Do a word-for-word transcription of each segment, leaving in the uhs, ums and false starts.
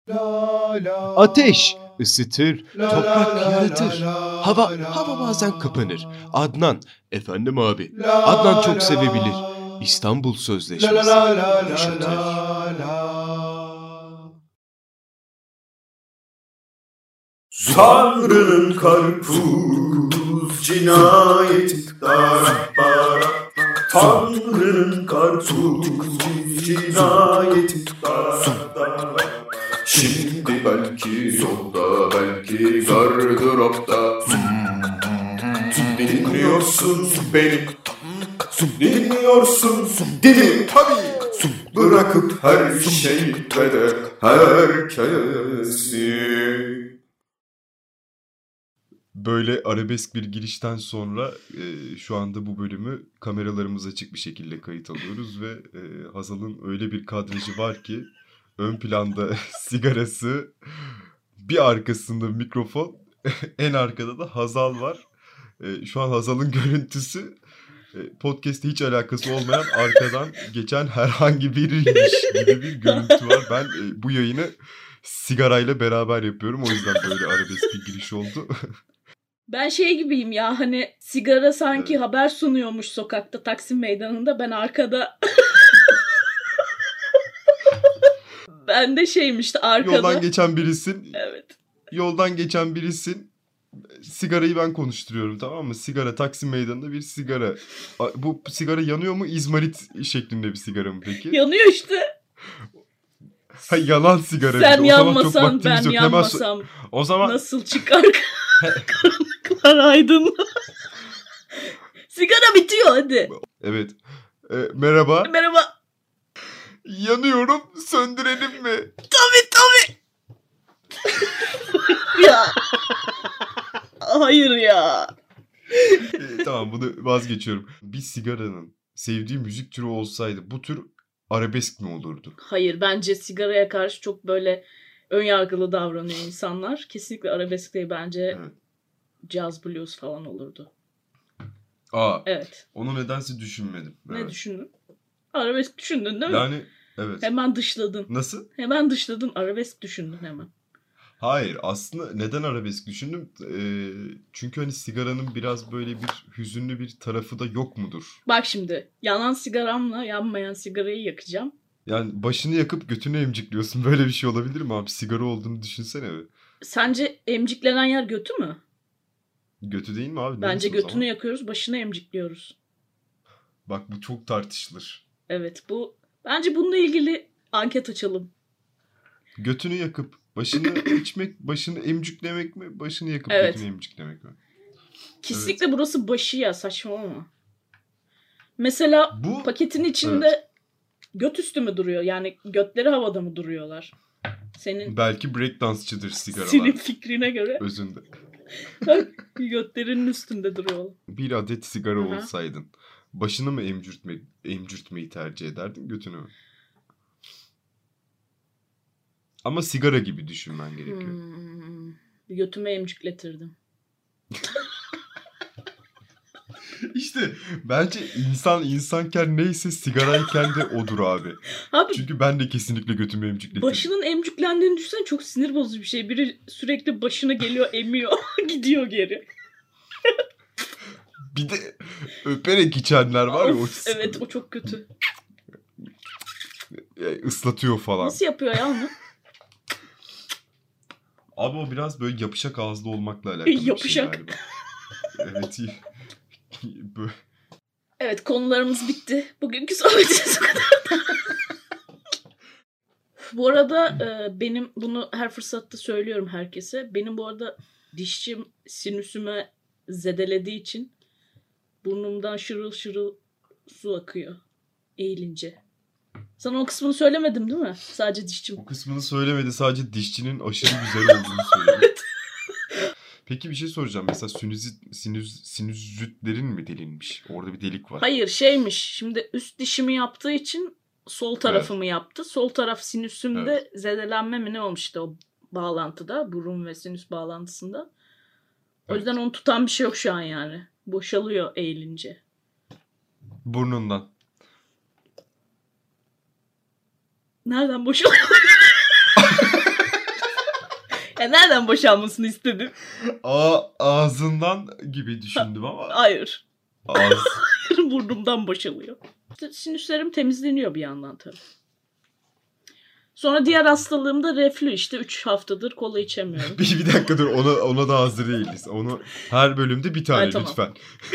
Ateş ısıtır, toprak yaratır. Hava hava bazen kapanır. Adnan, efendim abi. Adnan çok sevebilir. İstanbul Sözleşmesi yaşatır. Tanrı'nın karpuz cinayet dar bara. Tanrı'nın karpuz cinayet dar bara. Şimdi belki yolda, belki gardıropta. Dinliyorsun beni, dinliyorsun değil tabii. Bırakıp her şeyi ve de herkesi. Böyle arabesk bir girişten sonra e, şu anda bu bölümü kameralarımız açık bir şekilde kayıt alıyoruz ve e, Hazal'ın öyle bir kadrajı var ki ön planda sigarası, bir arkasında mikrofon, en arkada da Hazal var. E, şu an Hazal'ın görüntüsü e, podcast'te hiç alakası olmayan arkadan geçen herhangi biriymiş gibi bir görüntü var. Ben e, bu yayını sigarayla beraber yapıyorum, o yüzden böyle arabesk bir giriş oldu. Ben şey gibiyim ya, hani sigara sanki Evet. haber sunuyormuş sokakta Taksim Meydanı'nda, ben arkada ben de şeymiş arkada. Yoldan geçen birisin. Evet. Yoldan geçen birisin. Sigarayı ben konuşturuyorum, tamam mı? Sigara, Taksim Meydanı'nda bir sigara. A- Bu sigara yanıyor mu? İzmarit şeklinde bir sigara mı peki? Yanıyor işte. Ha, yanan sigara. bir de. Sen O zaman çok yanmasan vaktimiz ben yok. Hemen so- yanmasam O zaman nasıl çıkar karanlıklar aydınlığa? Sigara bitiyor hadi. evet. E, merhaba. Merhaba. Yanıyorum. Söndürelim mi? Tabii tabii. Ya. Hayır ya. E, tamam, bunu vazgeçiyorum. Bir sigaranın sevdiği müzik türü olsaydı bu tür arabesk mi olurdu? Hayır, bence sigaraya karşı çok böyle önyargılı davranıyor insanlar. Kesinlikle arabesk değil, bence Evet. jazz blues falan olurdu. Aa, Evet. onu nedense düşünmedim. Ne Evet. düşündün? Arabesk düşündün değil mi? Yani evet. Hemen dışladın. Nasıl? Hemen dışladın. Arabesk düşündün hemen. Hayır, aslında neden arabesk düşündüm? Ee, çünkü hani sigaranın biraz böyle bir hüzünlü bir tarafı da yok mudur? Bak şimdi, yanan sigaramla yanmayan sigarayı yakacağım. Yani başını yakıp götünü emcikliyorsun. Böyle bir şey olabilir mi abi? Sigara olduğunu düşünsene be. Sence emciklenen yer götü mü? Götü değil mi abi? Bence Neresi o götünü zaman? yakıyoruz, başını emcikliyoruz. Bak, bu çok tartışılır. Evet, bu bence bununla ilgili anket açalım. Götünü yakıp başını içmek, başını emciklemek mi? Başını yakıp Evet. götünü emciklemek mi? Kesinlikle burası başı ya, saçmalama. Mesela Bu paketin içinde evet. göt üstü mü duruyor? Yani götleri havada mı duruyorlar? Senin Belki breakdance'çıdır sigaralar. senin fikrine göre Özünde. götlerinin üstünde duruyorlar. Bir adet sigara Aha. olsaydın başını mı emcürtme, emcürtmeyi tercih ederdin, götünü mü? Ama sigara gibi düşünmen gerekiyor. Hmm. Götüme emcikletirdim. İşte bence insan insanken neyse sigarayken de odur abi. Abi Çünkü ben de kesinlikle götümü emcikletirdim. başının emciklendiğini düşünsene, çok sinir bozucu bir şey. Biri sürekli başına geliyor, emiyor, gidiyor geri. Bir de öperek içenler var ya. Of, o evet, o çok kötü. ıslatıyor falan. Nasıl yapıyor ya onu? Abi o biraz böyle yapışak ağızlı olmakla alakalı bir şey Yapışak. galiba. Evet. Böyle- Evet, konularımız bitti. Bugünkü sohbetimiz bu kadar. Bu arada e, benim bunu her fırsatta söylüyorum herkese. Benim bu arada dişçim sinüsüme zedelediği için burnumdan şırıl şırıl su akıyor eğilince. Sana o kısmını söylemedim değil mi? Sadece dişçim. O kısmını söylemedi. Sadece dişçinin aşırı güzel olduğunu söyledi. Peki bir şey soracağım. Mesela sinüzit, sinüz, sinüzitlerin mi delinmiş? Orada bir delik var. Hayır, şeymiş. Şimdi üst dişimi yaptığı için sol tarafımı yaptı. Sol taraf sinüsümde Evet. zedelenme mi ne olmuştu o bağlantıda. Burun ve sinüs bağlantısında. O Evet. yüzden onu tutan bir şey yok şu an yani. Boşalıyor eğilince. Burnundan. Nereden boşalıyor? Ya nereden boşalmasını istedin? A ağzından gibi düşündüm ama. Hayır. Ağız. Burnumdan boşalıyor. İşte sinüslerim temizleniyor bir yandan tabii. Sonra diğer hastalığım da reflü işte. üç haftadır kola içemiyorum. bir, bir dakika dur ona, ona da hazır değiliz. Onu her bölümde bir tane Ay, tamam. lütfen.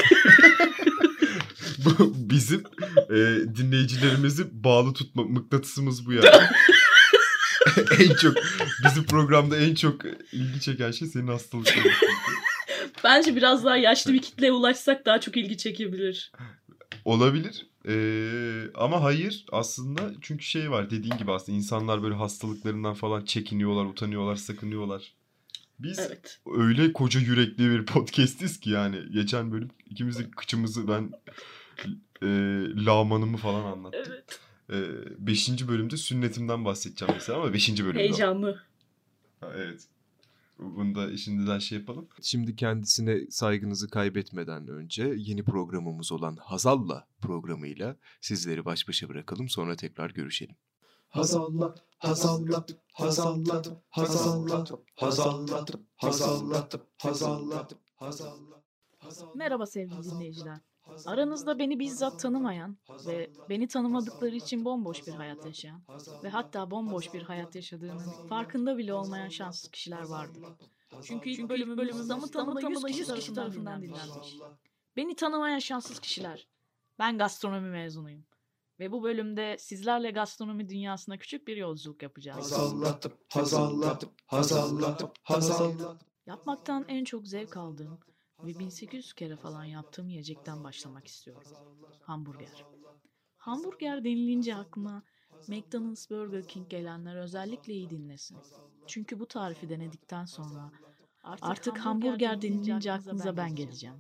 Bu bizim e, dinleyicilerimizi bağlı tutma mıknatısımız bu yani. En çok bizim programda en çok ilgi çeken şey senin hastalıkların. Bence biraz daha yaşlı bir kitleye ulaşsak daha çok ilgi çekebilir. Olabilir. Ee, ama hayır aslında çünkü şey var dediğin gibi aslında insanlar böyle hastalıklarından falan çekiniyorlar, utanıyorlar, sakınıyorlar. Biz Evet. öyle koca yürekli bir podcastiz ki yani geçen bölüm ikimiz de kıçımızı ben e, lağmanımı falan anlattım. Evet. E, beşinci bölümde sünnetimden bahsedeceğim mesela ama beşinci bölümde. Heyecanlı. Ha, evet. Bunu da şimdiden şey yapalım. Şimdi kendisine saygınızı kaybetmeden önce yeni programımız olan Hazal'la programıyla sizleri baş başa bırakalım, sonra tekrar görüşelim. Hazal'la, Hazal'la, Hazal'la, Hazal'la, Hazal'la, Hazal'la, Hazal'la, Hazal'la. Merhaba sevgili dinleyiciler. Aranızda beni bizzat tanımayan ve beni tanımadıkları için bomboş bir hayat yaşayan ve hatta bomboş bir hayat yaşadığının farkında bile olmayan şanssız kişiler vardır. Çünkü ilk bölümümüz tamı tamına yüz kişi tarafından dinlenmiş. Beni tanımayan şanssız kişiler. Ben gastronomi mezunuyum. Ve bu bölümde sizlerle gastronomi dünyasına küçük bir yolculuk yapacağız. Hazal'la, Hazal'la, Hazal'la, Hazal'la. Yapmaktan en çok zevk aldığım ve bin sekiz yüz kere falan yaptığım yiyecekten başlamak istiyorum. Hamburger. Hamburger denilince aklıma McDonald's, Burger King gelenler özellikle iyi dinlesin. Çünkü bu tarifi denedikten sonra artık, artık hamburger denilince aklınıza ben geleceğim.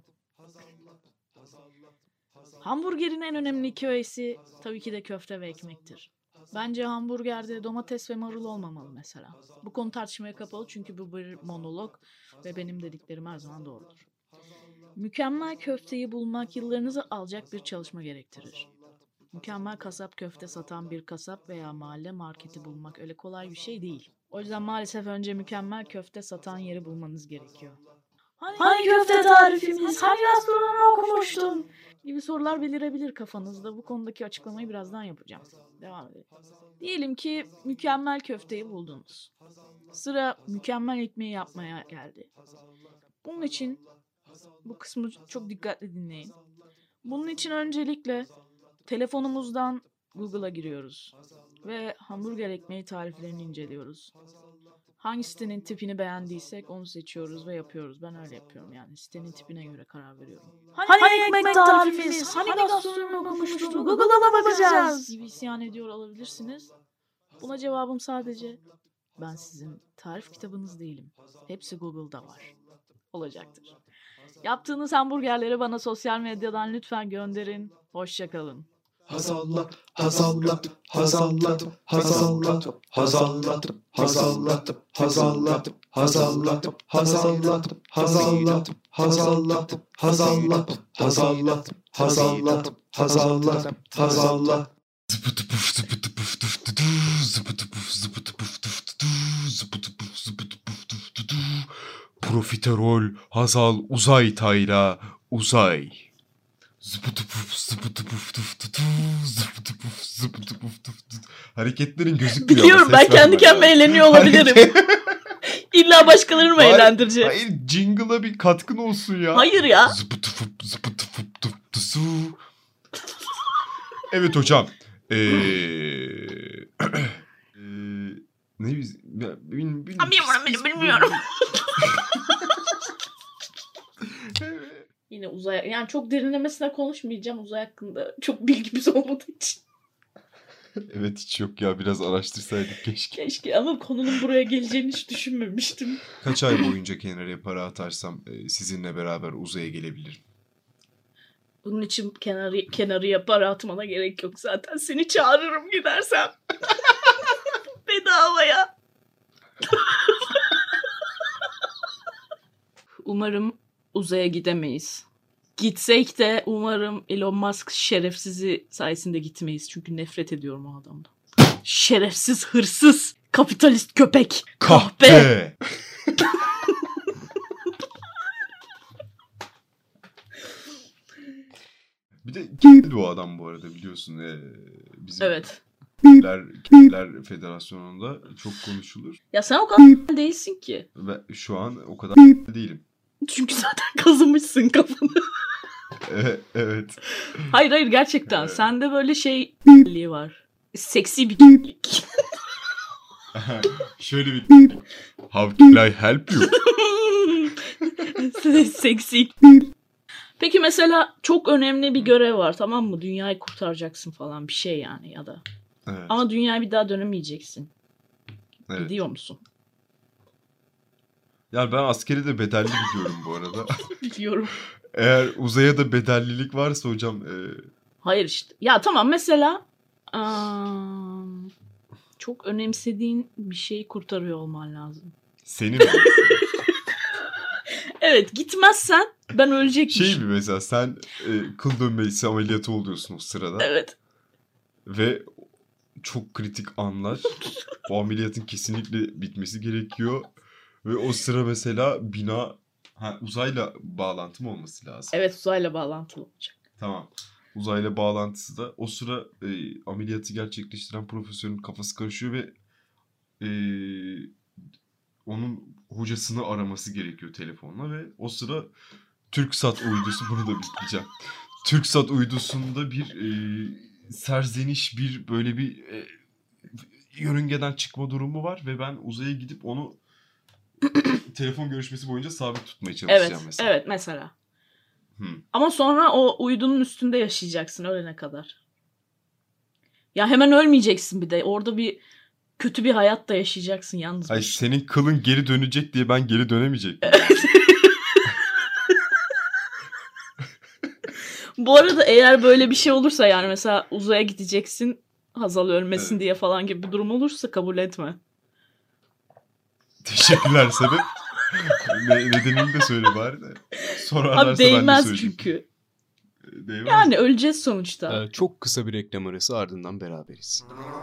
Hamburgerin en önemli iki öğesi tabii ki de köfte ve ekmektir. Bence hamburgerde domates ve marul olmamalı mesela. Bu konu tartışmaya kapalı çünkü bu bir monolog ve benim dediklerim her zaman doğrudur. Mükemmel köfteyi bulmak yıllarınızı alacak bir çalışma gerektirir. Mükemmel kasap köfte satan bir kasap veya mahalle marketi bulmak öyle kolay bir şey değil. O yüzden maalesef önce mükemmel köfte satan yeri bulmanız gerekiyor. Hani, hani köfte tarifimiz, hani gastronomi okumuştun gibi sorular belirebilir kafanızda. Bu konudaki açıklamayı birazdan yapacağım. Devam edelim. Diyelim ki mükemmel köfteyi buldunuz. Sıra mükemmel ekmeği yapmaya geldi. Bunun için bu kısmı çok dikkatli dinleyin. Bunun için öncelikle telefonumuzdan Google'a giriyoruz ve hamburger ekmeği tariflerini inceliyoruz. Hangi sitenin tipini beğendiysek onu seçiyoruz ve yapıyoruz. Ben öyle yapıyorum yani. Sitenin tipine göre karar veriyorum. Hani, hani ekmek tarifimiz, hani gastronomi okumuştuk, Google'a bakacağız gibi isyan ediyor olabilirsiniz. Buna cevabım sadece ben sizin tarif kitabınız değilim. Hepsi Google'da var. Olacaktır. Yaptığınız hamburgerleri bana sosyal medyadan lütfen gönderin. Hoşça kalın. Hazal'la, Hazal'la, Hazal'la, Hazal'la, Hazal'la, Hazal'la, Hazal'la, Hazal'la, Hazal'la, Hazal'la, Hazal'la, Hazal'la, Hazal'la, Hazal'la, Hazal'la, Hazal'la. Profiterol Hazal Uzay Tayla Uzay. Hareketlerin gözükmüyor. Biliyorum, ben kendi kendime eğleniyor olabilirim. İlla başkalarını mı eğlendireceğim? Hayır, jingle'a bir katkın olsun ya. Hayır ya. Evet hocam. Ee, ee, ne biz? Ya, bil, bil, Bilmiyorum, bilmiyorum. Yine uzay, yani çok derinlemesine konuşmayacağım uzay hakkında. Çok bilgimiz olmadığı için. Evet hiç yok ya, biraz araştırsaydık keşke. Keşke, ama konunun buraya geleceğini hiç düşünmemiştim. Kaç ay boyunca kenara para atarsam sizinle beraber uzaya gelebilirim. Bunun için kenarı, kenarıya para atmana gerek yok zaten. Seni çağırırım gidersem. Bedavaya. Umarım uzaya gidemeyiz. Gitsek de umarım Elon Musk şerefsizi sayesinde gitmeyiz. Çünkü nefret ediyorum o adamdan. Şerefsiz, hırsız, kapitalist köpek. Kahpe. de kimdi o adam bu arada biliyorsun. Ee, bizim Evet. Kimler, Kimler Federasyonu'nda çok konuşulur. Ya sen o kadar değilsin ki. Ve şu an o kadar değilim. Çünkü zaten kazımışsın kafanı. Evet. evet. Hayır hayır gerçekten. Evet. Sende böyle şey var. Seksi bir kimlik. Şöyle bir... How can I help you? Seksi. Peki mesela çok önemli bir görev var, tamam mı? Dünyayı kurtaracaksın falan bir şey yani ya da. Evet. Ama dünyaya bir daha dönemeyeceksin. evet. Gidiyor musun? Yani ben askeri de bedelli gidiyorum bu arada. Biliyorum. Eğer uzaya da bedellilik varsa hocam... E... Hayır işte. Ya tamam mesela aa, çok önemsediğin bir şeyi kurtarıyor olman lazım. Senin mi? Evet, gitmezsen ben ölecekmişim. Şey mi mesela sen e, kıl dönmesi ameliyatı oluyorsun o sırada. Evet. Ve çok kritik anlar. O ameliyatın kesinlikle bitmesi gerekiyor. Ve o sıra mesela bina ha, uzayla bağlantı mı olması lazım? Evet, uzayla bağlantılı olacak. Tamam. Uzayla bağlantısı da o sıra e, ameliyatı gerçekleştiren profesörün kafası karışıyor ve e, onun hocasını araması gerekiyor telefonla ve o sıra TürkSat uydusu, bunu da bitireceğim. TürkSat uydusunda bir e, serzeniş, bir böyle bir e, yörüngeden çıkma durumu var ve ben uzaya gidip onu telefon görüşmesi boyunca sabit tutmaya çalışacağım Evet, mesela. evet mesela. Hmm. Ama sonra o uydunun üstünde yaşayacaksın ölene kadar. Ya hemen ölmeyeceksin bir de. Orada bir kötü bir hayat da yaşayacaksın yalnız. Ay başına. senin kılın geri dönecek diye ben geri dönemeyecek miyim? Bu arada eğer böyle bir şey olursa yani mesela uzaya gideceksin Hazal ölmesin Evet. diye falan gibi bir durum olursa kabul etme. Teşekkürler sebep. ne, nedenini de söyle bari de. Sorarlarsa Abi değmez ben de söyleyeyim. çünkü. Değmez. Yani öleceğiz sonuçta. Ee, çok kısa bir reklam arası, ardından beraberiz.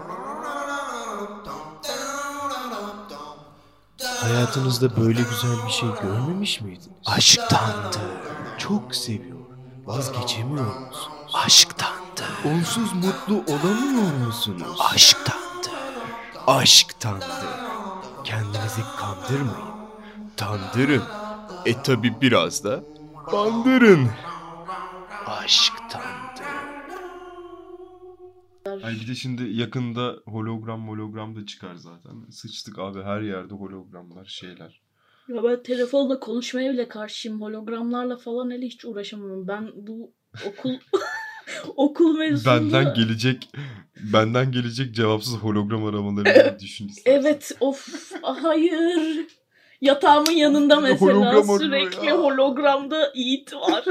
Hayatınızda böyle güzel bir şey görmemiş miydiniz? Aşktandır. Çok seviyor. Vazgeçemiyor musunuz? Aşktandır. Onsuz mutlu olamıyor musunuz? Aşktandır. Aşktandır. Kendinizi kandırmayın. Tandırın. E tabi biraz da bandırın. Aşktandır. Ay bir de şimdi yakında hologram hologram da çıkar zaten. Sıçtık abi, her yerde hologramlar şeyler. Ya ben telefonla konuşmaya bile karşıyım. Hologramlarla falan hele hiç uğraşamam. Ben bu okul okul mevzusunda... Benden gelecek benden gelecek cevapsız hologram aramalarını düşün istersen. Evet, of, hayır. Yatağımın yanında Bir de mesela hologram arıyor sürekli ya. hologramda Yiğit var.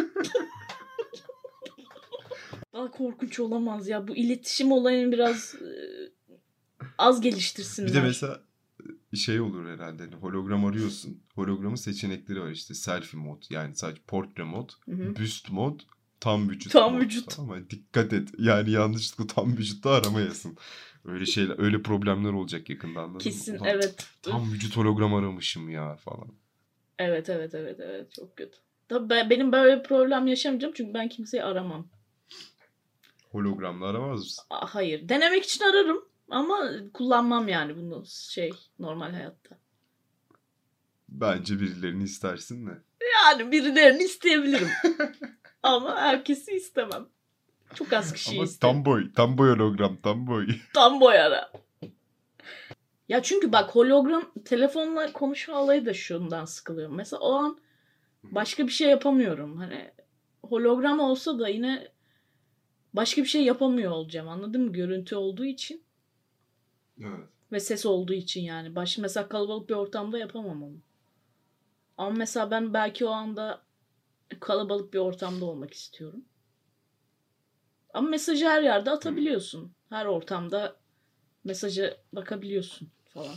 Daha korkunç olamaz ya. Bu iletişim olayını biraz e, az geliştirsinler. Bir de mesela şey olur herhalde. Hani hologram arıyorsun. Hologramın seçenekleri var işte. Selfie mod, yani sadece portre mod, Hı hı. büst mod, tam vücut Tam mod. vücut. Tamam mı? Dikkat et. Yani yanlışlıkla tam vücutta aramayasın. Öyle şeyler, öyle problemler olacak yakında, anladın Kesin, mı? Ulan, evet. tam vücut hologram aramışım ya falan. Evet evet evet evet çok kötü. Tabii ben, benim böyle bir problem yaşamayacağım çünkü ben kimseyi aramam. Hologramla aramaz mısın? Aa, hayır. Denemek için ararım ama kullanmam yani bunu şey normal hayatta. Bence birilerini istersin de. Yani birilerini isteyebilirim. Ama herkesi istemem. Çok az kişiyi Ama isterim. tam boy. Tam boy hologram. Tam boy. Tam boyara. Ya çünkü bak hologram telefonla konuşma olayı da şundan sıkılıyorum. Mesela o an başka bir şey yapamıyorum. Hani hologram olsa da yine başka bir şey yapamıyor olacağım. Anladın mı? Görüntü olduğu için Evet. ve ses olduğu için yani. Baş, mesela kalabalık bir ortamda yapamam onu. Ama mesela ben belki o anda kalabalık bir ortamda olmak istiyorum. Ama mesajı her yerde atabiliyorsun. Her ortamda mesaja bakabiliyorsun falan.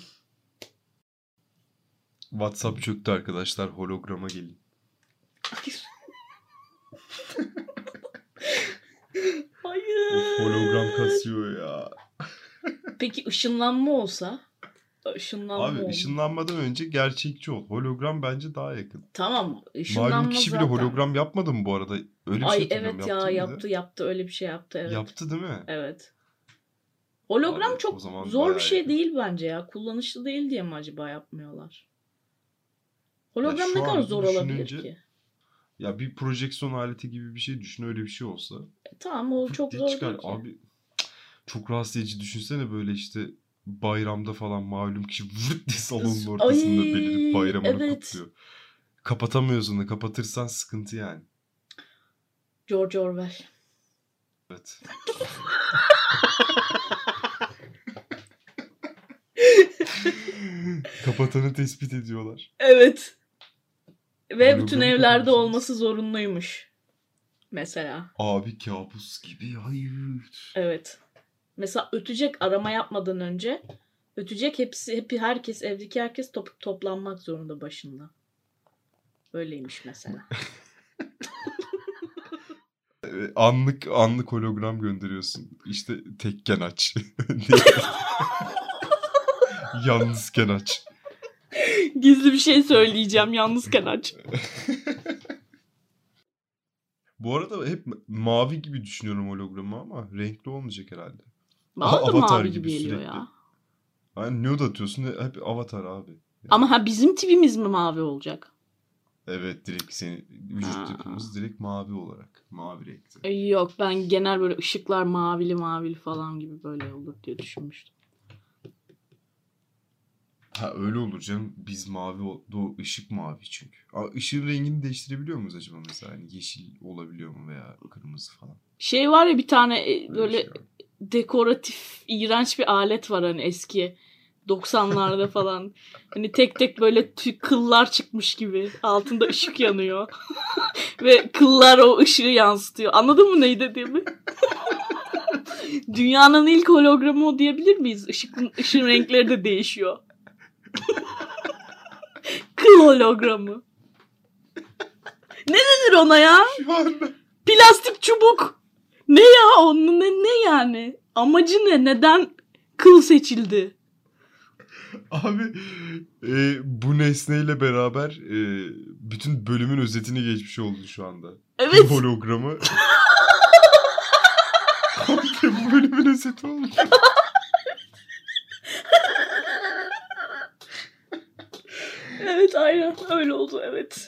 WhatsApp çöktü arkadaşlar. Holograma gelin. Hayır. Of, hologram kasıyor ya. Peki ışınlanma olsa? ışınlanma Abi oldu. ışınlanmadan önce gerçekçi ol. Hologram bence daha yakın. Tamam, ışınlanma Malum kişi bile zaten. hologram yapmadı mı bu arada? Öyle bir Ay şey hatırlıyorum. evet ya Yaptı mıydı? yaptı yaptı öyle bir şey yaptı evet. Yaptı değil mi? Evet. Hologram Abi, o çok zaman zor bayağı bir şey yakın. değil bence ya. Kullanışlı değil diye mi acaba yapmıyorlar? Hologram şu ne kadar an zor olabilir düşününce- ki? Ya bir projeksiyon aleti gibi bir şey düşün, öyle bir şey olsa. E, tamam o Fırt çok diye zor çıkar. değil ki. Abi çok rahatsız edici, düşünsene böyle işte bayramda falan malum kişi vırt diye salonun ortasında Ay, belirip bayramını evet. kutluyor. Kapatamıyorsun da, kapatırsan sıkıntı yani. George Orwell. Evet. Kapatanı tespit ediyorlar. Evet. Ve Hologramı bütün evlerde kapatmışsınız. olması zorunluymuş. Mesela. Abi kabus gibi, hayır. Evet. Mesela ötecek arama yapmadan önce ötecek hepsi hep herkes evdeki herkes top, toplanmak zorunda başında. Öyleymiş mesela. Ee, Anlık anlık hologram gönderiyorsun. İşte tekken aç. Yalnızken aç. Gizli bir şey söyleyeceğim yalnızken aç. Bu arada hep mavi gibi düşünüyorum hologramı ama renkli olmayacak herhalde. Bana da Avatar mavi gibi gibi geliyor sürekli. ya. Hani nude atıyorsun, hep avatar abi. Ama ha bizim tipimiz mi mavi olacak? Evet, direkt senin vücut Ha. yapımız direkt mavi olarak. Mavi renkte. Ay, yok ben genel böyle ışıklar mavili mavili falan gibi böyle olur diye düşünmüştüm. Ha öyle olur canım. Biz mavi, o ışık mavi çünkü. Aa, ışığın rengini değiştirebiliyor muyuz acaba mesela? Yani yeşil olabiliyor mu veya kırmızı falan? Şey var ya bir tane e, Öyle böyle bir şey var. dekoratif iğrenç bir alet var hani eski doksanlarda falan. Hani tek tek böyle tüy, kıllar çıkmış gibi. Altında ışık yanıyor. Ve kıllar o ışığı yansıtıyor. Anladın mı neyi dediğimi? Dünyanın ilk hologramı o diyebilir miyiz? Işıkın, ışığın renkleri de değişiyor. Kıl hologramı. Ne denir ona ya? Şu anda. Plastik çubuk. Ne ya? Onun ne, ne yani? Amacı ne? Neden kıl seçildi? Abi e, bu nesneyle beraber e, bütün bölümün özetini geçmiş oldu şu anda. Evet. Hologramı. Komple bu bölümün özeti oldu. Evet aynen öyle oldu evet.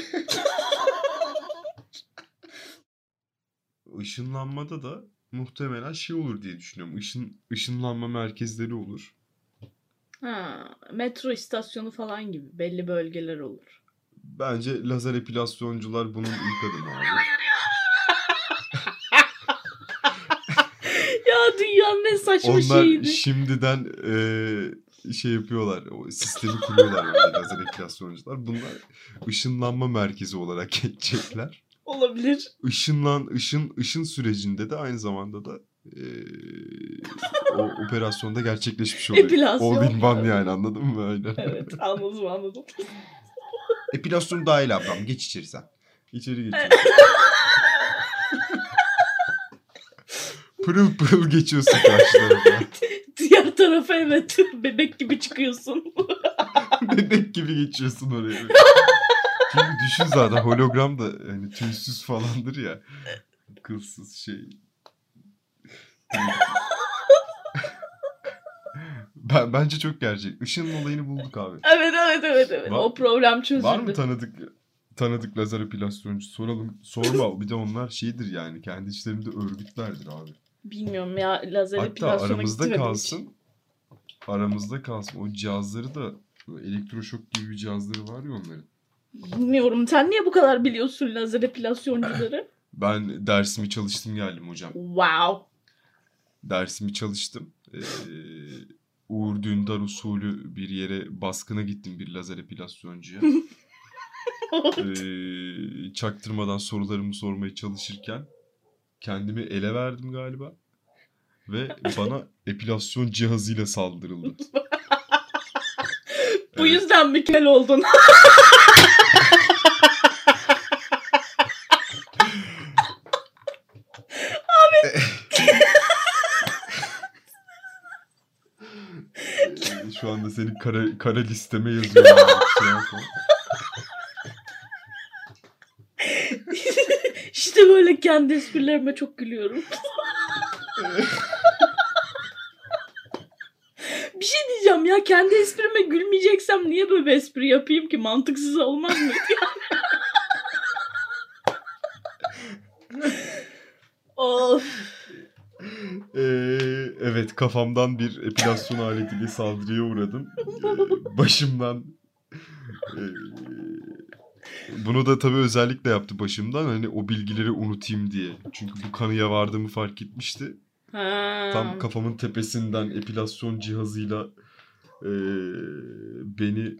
Işınlanmada da muhtemelen şey olur diye düşünüyorum. Işın, ışınlanma merkezleri olur. Ha, metro istasyonu falan gibi belli bölgeler olur. Bence lazer epilasyoncular bunun ilk adımı abi. Ya dünyanın en saçma Onlar şeyiydi. şimdiden e, şey yapıyorlar. O sistemi kuruyorlar yani lazer epilasyoncular. Bunlar ışınlanma merkezi olarak geçecekler. Olabilir. Işınlan ışın ışın sürecinde de aynı zamanda da e, o operasyonda gerçekleşmiş oluyor. Epilasyon. All in one yani, anladın mı? Aynen. Evet anladım anladım. Epilasyon dahil ablam, geç içeri sen. İçeri geçiyor. Pırıl pırıl geçiyorsun karşı tarafa. Diğer tarafa evet bebek gibi çıkıyorsun. Bebek gibi geçiyorsun oraya. Çünkü düşün zaten hologram da hani tüysüz falandır ya. Kılsız şey. Ben, bence çok gerçek. Işının olayını bulduk abi. Evet evet evet evet. Var- O problem çözüldü. Var mı tanıdık tanıdık lazer epilasyoncu? Soralım. Sorma. Bir de onlar şeydir yani. Kendi içlerinde örgütlerdir abi. Bilmiyorum ya lazer Hatta epilasyona aramızda gitmedim hiç. kalsın. Aramızda kalsın. O cihazları da, elektroşok gibi bir cihazları var ya onların. Bilmiyorum. Sen niye bu kadar biliyorsun lazer epilasyoncuları? Ben dersimi çalıştım geldim hocam. Wow. Dersimi çalıştım. Ee, Uğur Dündar usulü bir yere baskına gittim, bir lazer epilasyoncuya. ee, çaktırmadan sorularımı sormaya çalışırken kendimi ele verdim galiba. Ve bana epilasyon cihazıyla saldırıldı. Bu Evet. yüzden mi kel oldun? Şu anda anda seni kara, kara listeme yazıyorum. Kusura bakma. İşte böyle kendi esprilerime çok gülüyorum. Bir şey diyeceğim ya, kendi esprime gülmeyeceksem niye böyle bir espri yapayım ki? Mantıksız olmaz mı? Of. Ee, evet, kafamdan bir epilasyon aletiyle saldırıya uğradım. Ee, başımdan e, bunu da tabii özellikle yaptı başımdan, hani o bilgileri unutayım diye. Çünkü bu kanıya vardığımı fark etmişti. Ha. Tam kafamın tepesinden epilasyon cihazıyla e, beni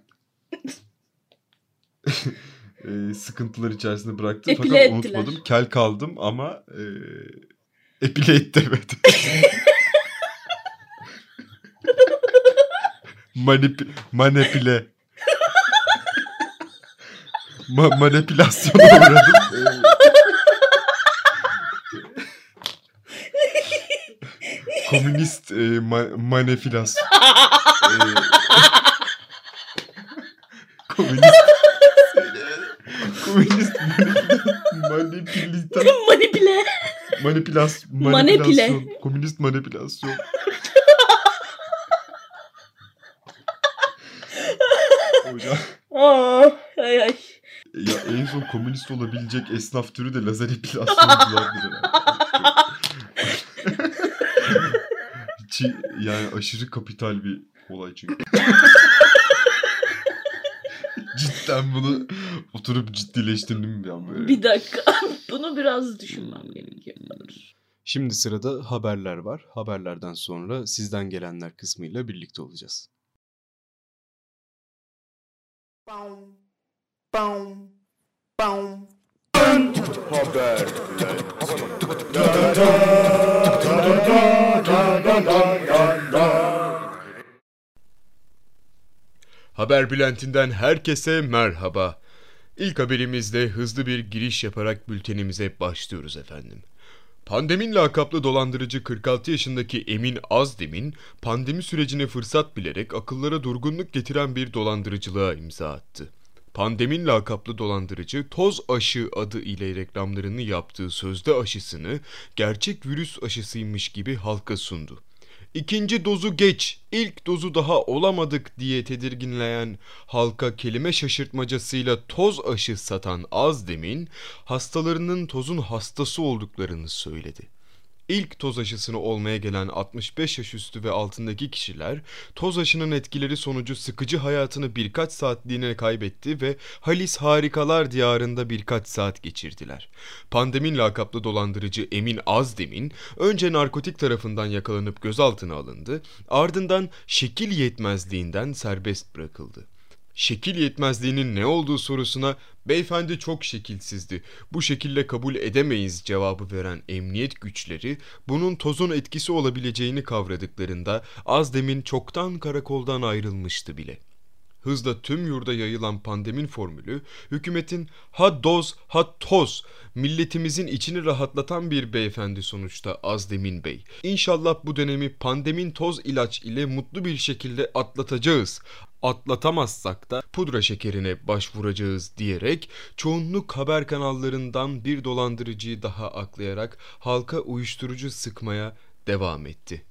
e, sıkıntılar içerisinde bıraktı. Epile Fakat ettiler. unutmadım. Kel kaldım ama e, epile etti, evet. Manip manipüle. Ma manipülasyona uğradım. Komünist e, ma manipülasyon. e, komünist komünist manipülasyon. Manipüle. Manipilas Manipüle. manipülasyon. Komünist manipülasyon. Hocam. Aa, ay ay. Ya en son komünist olabilecek esnaf türü de lazer epilasyonculardır herhalde. Çi, yani aşırı kapital bir olay çünkü. Cidden bunu oturup ciddileştirdim bir an böyle. Bir dakika. Bunu biraz düşünmem gerekiyor. Şimdi sırada haberler var. Haberlerden sonra sizden gelenler kısmıyla birlikte olacağız. Haber bülteninden herkese merhaba. İlk haberimizle hızlı bir giriş yaparak bültenimize başlıyoruz efendim. Pandemin lakaplı dolandırıcı kırk altı yaşındaki Emin Azdem'in pandemi sürecine fırsat bilerek akıllara durgunluk getiren bir dolandırıcılığa imza attı. Pandemin lakaplı dolandırıcı toz aşı adı ile reklamlarını yaptığı sözde aşısını gerçek virüs aşısıymış gibi halka sundu. İkinci dozu geç, ilk dozu daha olamadık diye tedirginleyen halka kelime şaşırtmacasıyla toz aşı satan Azdem'in hastalarının tozun hastası olduklarını söyledi. İlk toz aşısını olmaya gelen altmış beş yaş üstü ve altındaki kişiler toz aşının etkileri sonucu sıkıcı hayatını birkaç saatliğine kaybetti ve Halis Harikalar Diyarı'nda birkaç saat geçirdiler. Pandemin lakaplı dolandırıcı Emin Azdem'in önce narkotik tarafından yakalanıp gözaltına alındı, ardından şekil yetmezliğinden serbest bırakıldı. Şekil yetmezliğinin ne olduğu sorusuna "Beyefendi çok şekilsizdi, bu şekilde kabul edemeyiz" cevabı veren emniyet güçleri bunun tozun etkisi olabileceğini kavradıklarında Azdem'in çoktan karakoldan ayrılmıştı bile. Hızla tüm yurda yayılan pandemin formülü, hükümetin ha doz ha toz, milletimizin içini rahatlatan bir beyefendi sonuçta Azdemin Bey. İnşallah bu dönemi pandemin toz ilaç ile mutlu bir şekilde atlatacağız. Atlatamazsak da pudra şekerine başvuracağız diyerek çoğunluk haber kanallarından bir dolandırıcıyı daha aklayarak halka uyuşturucu sıkmaya devam etti.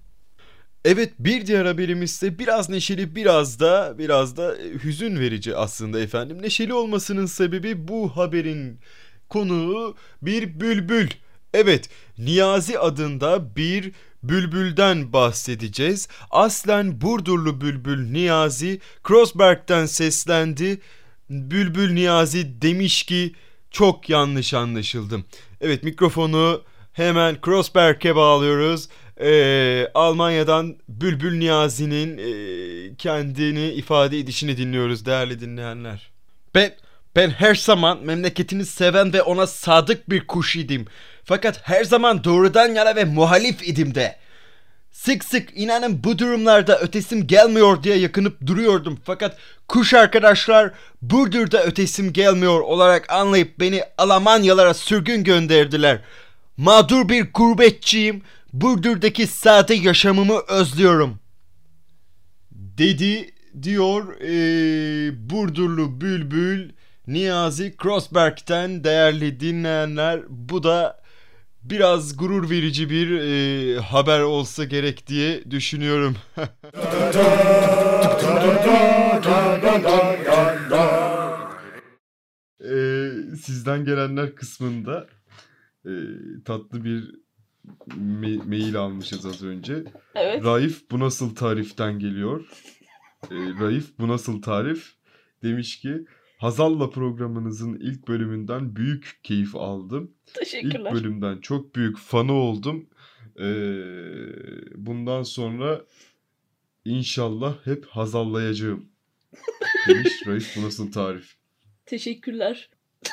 Evet, bir diğer haberimiz ise biraz neşeli, biraz da biraz da hüzün verici aslında efendim. Neşeli olmasının sebebi bu haberin konuğu bir bülbül. Evet, Niyazi adında bir bülbülden bahsedeceğiz. Aslen Burdurlu bülbül Niyazi Kreuzberg'den seslendi. Bülbül Niyazi demiş ki çok yanlış anlaşıldım. Evet, mikrofonu hemen Kreuzberg'e bağlıyoruz. Ee, Almanya'dan Bülbül Niyazi'nin e, kendini ifade edişini dinliyoruz değerli dinleyenler. Ben, ben her zaman memleketini seven ve ona sadık bir kuş idim. Fakat her zaman doğrudan yana ve muhalif idim de. Sık sık inanın bu durumlarda ötesim gelmiyor diye yakınıp duruyordum. Fakat kuş arkadaşlar Burdur'da ötesim gelmiyor olarak anlayıp beni Almanyalara sürgün gönderdiler. Mağdur bir gurbetçiyim. Burdur'daki sade yaşamımı özlüyorum. dedi diyor ee, Burdurlu Bülbül Niyazi Crossberg'ten değerli dinleyenler. Bu da biraz gurur verici bir ee, haber olsa gerek diye düşünüyorum. ee, sizden gelenler kısmında ee, tatlı bir me- mail almışız az önce. Evet. Raif bu nasıl tariften geliyor? Ee, Raif bu nasıl tarif? Demiş ki Hazal'la programınızın ilk bölümünden büyük keyif aldım. Teşekkürler. İlk bölümden çok büyük fanı oldum. Ee, bundan sonra inşallah hep Hazal'layacağım. Demiş Raif bu nasıl tarif? Teşekkürler.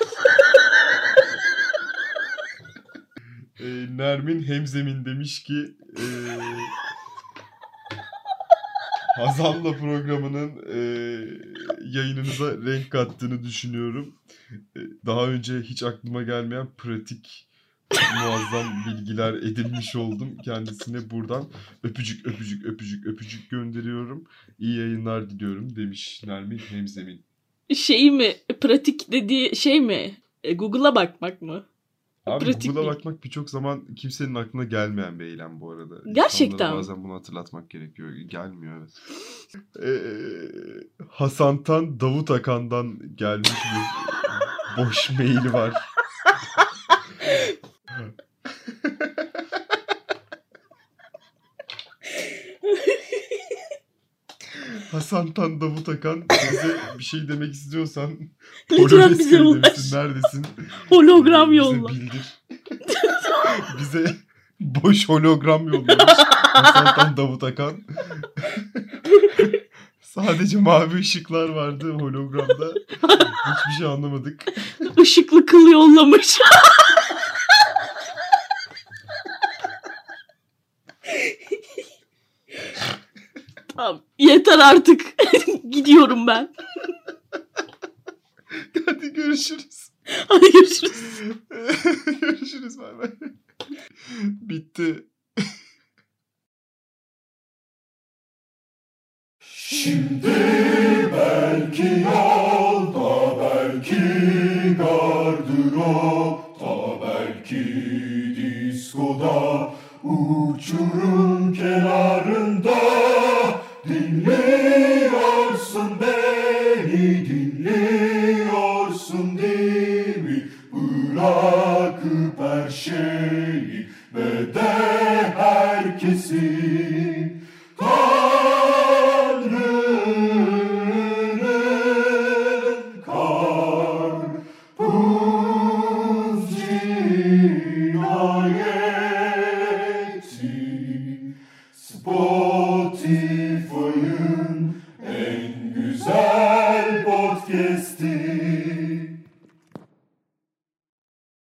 Ee, Nermin Hemzemin demiş ki ee, Hazal'la programının ee, yayınınıza renk kattığını düşünüyorum. Ee, daha önce hiç aklıma gelmeyen pratik muazzam bilgiler edinmiş oldum. Kendisine buradan öpücük öpücük öpücük öpücük gönderiyorum. İyi yayınlar diliyorum demiş Nermin Hemzemin. Şey mi? Pratik dediği şey mi? E, Google'a bakmak mı? Abi Pratik Google'a değil. bakmak birçok zaman kimsenin aklına gelmeyen bir eylem bu arada. Gerçekten İnsanlara mi? bazen bunu hatırlatmak gerekiyor. Gelmiyor evet. Ee, Hasan'tan Davut Akan'dan gelmiş bir boş maili var. Hasan'tan Davut Akan bize bir şey demek istiyorsan Lütfen bize ulaş. Polonezköy'de neredesin? Hologram Bize yolla. bildir. Bize boş hologram yollamış Hasan'tan Davut Akan. Sadece mavi ışıklar vardı hologramda. Hiçbir şey anlamadık. Işıklı kıl yollamış. Tamam. Yeter artık. Gidiyorum ben. Hadi görüşürüz. Hadi görüşürüz. Görüşürüz bay bay. Bitti. Şimdi belki yolda, belki gardıropta, belki diskoda, uçurum kenarında dinliyorsun beni, dinliyorsun değil mi? Bırakıp her şeyi ve de herkesi Tanrı'nın karpuz cinayeti Spotify'ın en güzel podcast'i